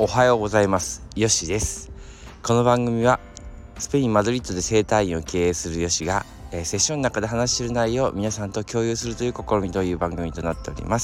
おはようございます。よしです。この番組はスペイン・マドリッドで整体院を経営するよしが、セッションの中で話している内容を皆さんと共有するという試みという番組となっております。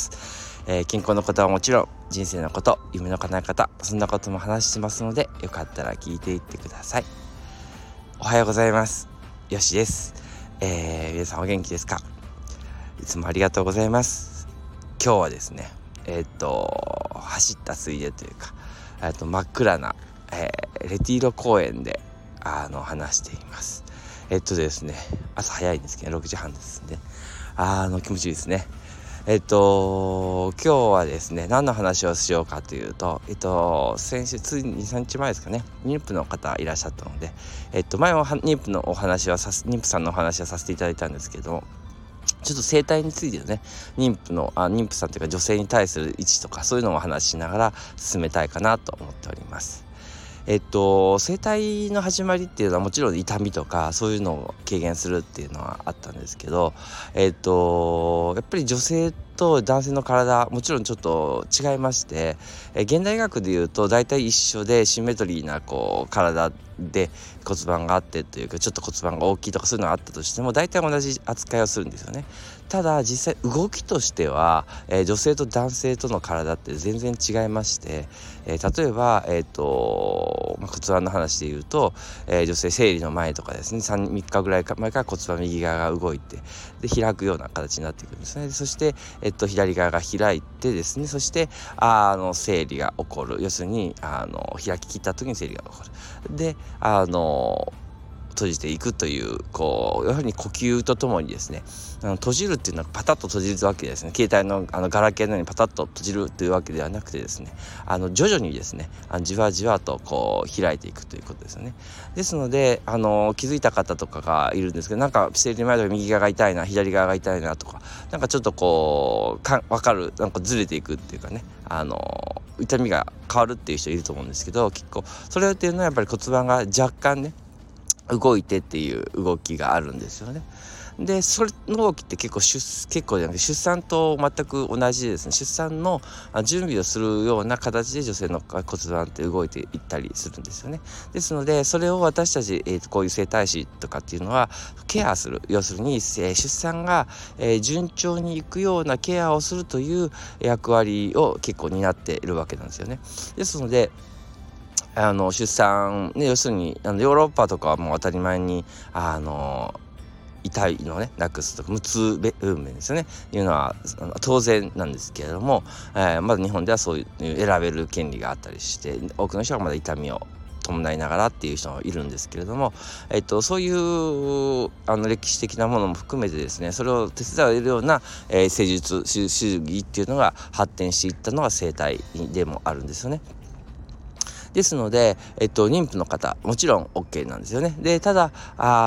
健康のことはもちろん人生のこと、夢の叶え方、そんなことも話してますので、よかったら聞いていってください。おはようございます。よしです。皆さんお元気ですか？いつもありがとうございます。今日はですね走ったついでというか真っ暗な、レティーロ公園で話しています。ですね、朝早いんですけど6時半ですね。気持ちいいですね。今日はですね、何の話をしようかというと、先週つい2、3日前ですかね、妊婦の方いらっしゃったので、前は妊婦さんのお話をさせていただいたんですけども、ちょっと生態についてね、妊婦さんというか女性に対する位置とかそういうのをお話ししながら進めたいかなと思っております。生態の始まりっていうのはもちろん痛みとかそういうのを軽減するっていうのはあったんですけど、やっぱり女性と男性の体もちろんちょっと違いまして、現代医学でいうと大体一緒でシンメトリーな体で骨盤があってというか、ちょっと骨盤が大きいとかそういうのがあったとしても大体同じ扱いをするんですよね。ただ実際動きとしては、女性と男性との体って全然違いまして、例えば、骨盤の話で言うと、女性生理の前とかですね、3日ぐらい前から骨盤右側が動いてで開くような形になっていくんですね。そして、左側が開いてですね、そして生理が起こる。要するに開き切った時に生理が起こる。で閉じていくというやはり呼吸とともにですね、閉じるっていうのはパタッと閉じるわけですね。携帯のガラケーのようにパタッと閉じるというわけではなくてですね、徐々にですねじわじわと開いていくということですよね。ですので気づいた方とかがいるんですけど、なんか生理前とか右側が痛いな、左側が痛いなとか、なんかちょっと分かる、なんかずれていくっていうかね、痛みが変わるっていう人いると思うんですけど、結構それっていうのはやっぱり骨盤が若干ね動いてっていう動きがあるんですよね。でそれの動きって結構じゃなくて出産と全く同じでですね、出産の準備をするような形で女性の骨盤って動いていったりするんですよね。ですのでそれを私たち、こういう整体師とかっていうのはケアする、要するに、出産が、順調にいくようなケアをするという役割を結構担っているわけなんですよね。ですので出産ね、要するにヨーロッパとかはもう当たり前に痛いのをねなくすとか無痛分娩ですよねいうのは当然なんですけれども、まだ日本ではそういう選べる権利があったりして、多くの人がまだ痛みを伴いながらっていう人もいるんですけれども、そういう歴史的なものも含めてですね、それを手伝えるような、施術手技っていうのが発展していったのが生態でもあるんですよね。ですので、妊婦の方もちろん OK なんですよね。でただ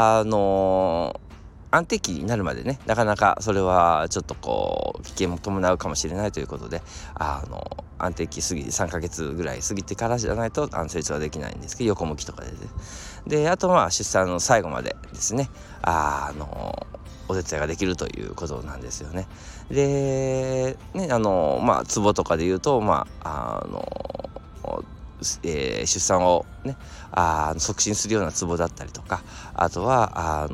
安定期になるまでね、なかなかそれはちょっと危険も伴うかもしれないということで、安定期3ヶ月ぐらい過ぎてからじゃないと成長はできないんですけど、横向きとかであと出産の最後までですねお手伝いができるということなんですよね。でねツボとかで言うと出産をね促進するようなツボだったりとか、あとは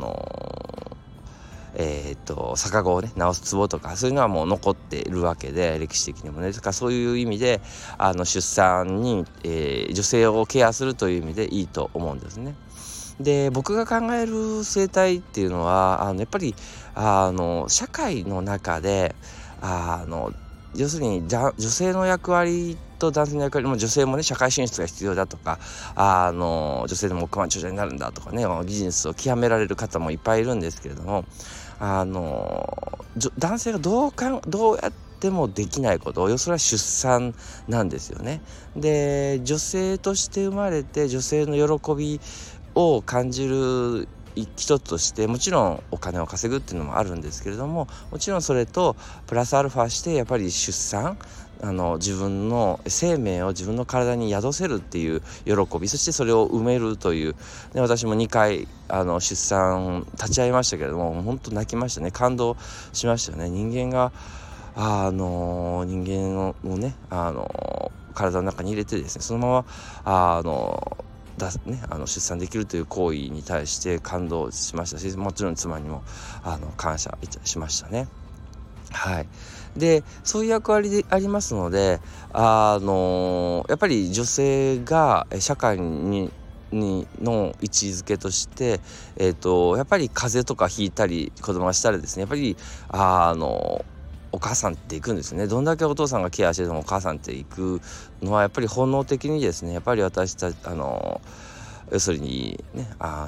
逆子をね治すツボとか、そういうのはもう残っているわけで、歴史的にもね。だからそういう意味で出産に、女性をケアするという意味でいいと思うんですね。で僕が考える生態っていうのはやっぱり社会の中で要するに女性の役割と男性の役割も、女性もね社会進出が必要だとか女性でも億万長者になるんだとかね、ビジネスを極められる方もいっぱいいるんですけれども、男性がどうやってもできないこと、それは出産なんですよね。で女性として生まれて女性の喜びを感じる一つとして、もちろんお金を稼ぐっていうのもあるんですけれども、もちろんそれとプラスアルファしてやっぱり出産、自分の生命を自分の体に宿せるっていう喜び、そしてそれを埋めるという、で私も2回出産立ち会いましたけれども、本当泣きましたね。感動しましたよね。人間が人間をね体の中に入れてですね、そのまま出産できるという行為に対して感動しましたし、もちろん妻にも感謝しましたね。はい。でそういう役割でありますので、やっぱり女性が社会の位置づけとして、やっぱり風邪とかひいたり子供がしたらですね、やっぱりお母さんって行くんですね。どんだけお父さんがケアしててもお母さんって行くのはやっぱり本能的にですね、やっぱり私たち要するにね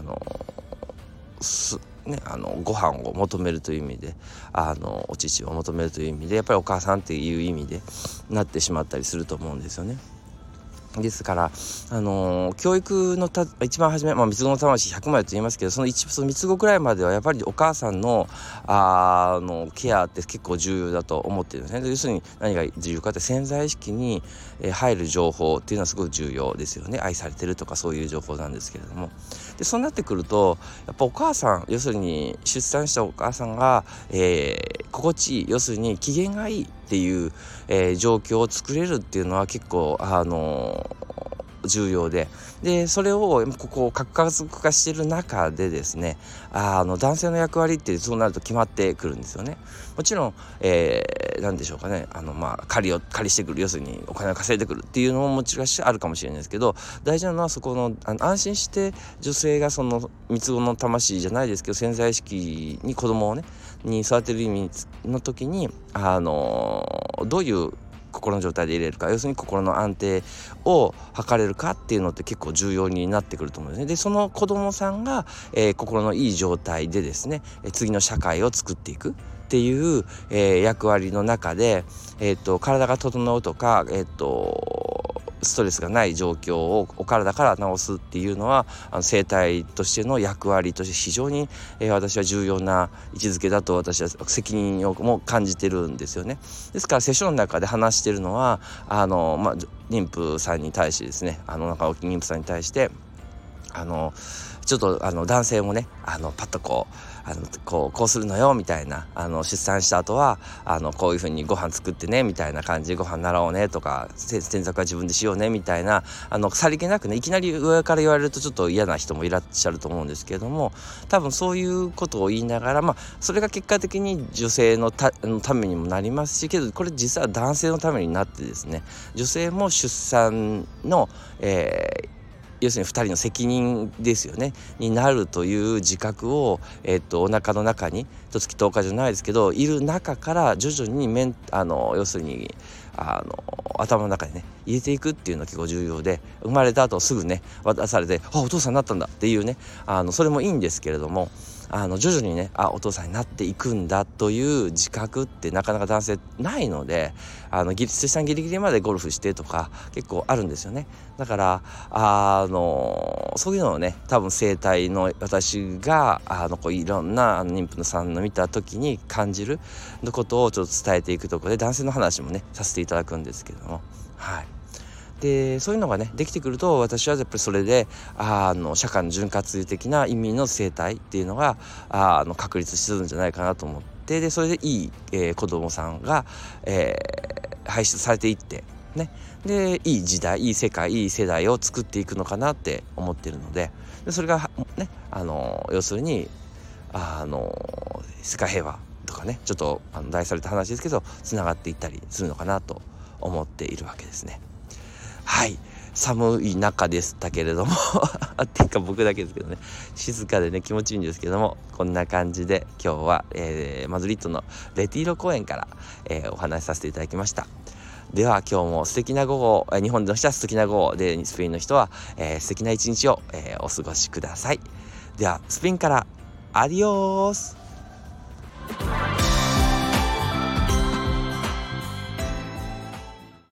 ご飯を求めるという意味でお乳を求めるという意味でやっぱりお母さんっていう意味でなってしまったりすると思うんですよね。ですから、教育の一番初め、三つ子の魂100までと言いますけど、その三つ子くらいまではやっぱりお母さんのケアって結構重要だと思ってるんですね。要するに何が重要かって潜在意識に入る情報っていうのはすごく重要ですよね。愛されてるとかそういう情報なんですけれども、でそうなってくるとやっぱお母さん、要するに出産したお母さんが、心地いい、要するに機嫌がいいっていう、状況を作れるっていうのは結構重要で、それを核化している中でですね、男性の役割ってそうなると決まってくるんですよね。もちろん、何でしょうかね、借りしてくる、要するにお金を稼いでくるっていうのももちろんあるかもしれないですけど、大事なのはそこの安心して女性がその三つ子の魂じゃないですけど潜在意識に子供をねに育てる意味の時にどういう心の状態で入れるか、要するに心の安定を図れるかっていうのって結構重要になってくると思うんですね。でその子供さんが、心のいい状態でですね次の社会を作っていくっていう、役割の中で、体が整うとか、ストレスがない状況をお体から治すっていうのは生態としての役割として非常に、私は重要な位置づけだと私は責任をも感じてるんですよね。ですからセッションの中で話してるのは妊婦さんに対してですね中置き妊婦さんに対してちょっと男性もねパッとこうするのよみたいな出産した後はこういう風にご飯作ってねみたいな感じでご飯習おうねとか洗濯は自分でしようねみたいなさりげなくねいきなり上から言われるとちょっと嫌な人もいらっしゃると思うんですけれども、多分そういうことを言いながらそれが結果的に女性のためにもなりますし、けどこれ実は男性のためになってですね、女性も出産の要するに2人の責任ですよねになるという自覚を、お腹の中に1月10日じゃないですけどいる中から徐々に要するに頭の中にね入れていくっていうのが結構重要で、生まれた後すぐね渡されてお父さんになったんだっていうねそれもいいんですけれども徐々にねお父さんになっていくんだという自覚ってなかなか男性ないので出産ギリギリまでゴルフしてとか結構あるんですよね。だからそういうのをね多分生体の私がいろんな妊婦さんの見た時に感じることをちょっと伝えていくところで男性の話もねさせていただくんですけども、はい。でそういうのがねできてくると私はやっぱりそれで社会の潤滑的な意味の生態っていうのが確立するんじゃないかなと思って、でそれでいい、子供さんが、輩出されていってね、でいい時代いい世界いい世代を作っていくのかなって思ってるので、それがね要するに世界平和とかねちょっと題された話ですけどつながっていったりするのかなと思っているわけですね。はい、寒い中でしたけれどもっていうか僕だけですけどね、静かでね気持ちいいんですけども、こんな感じで今日は、マドリッドのレティーロ公園から、お話しさせていただきました。では今日も素敵な午後、日本の人は素敵な午後でスペインの人は、素敵な一日を、お過ごしください。ではスペインからアディオース。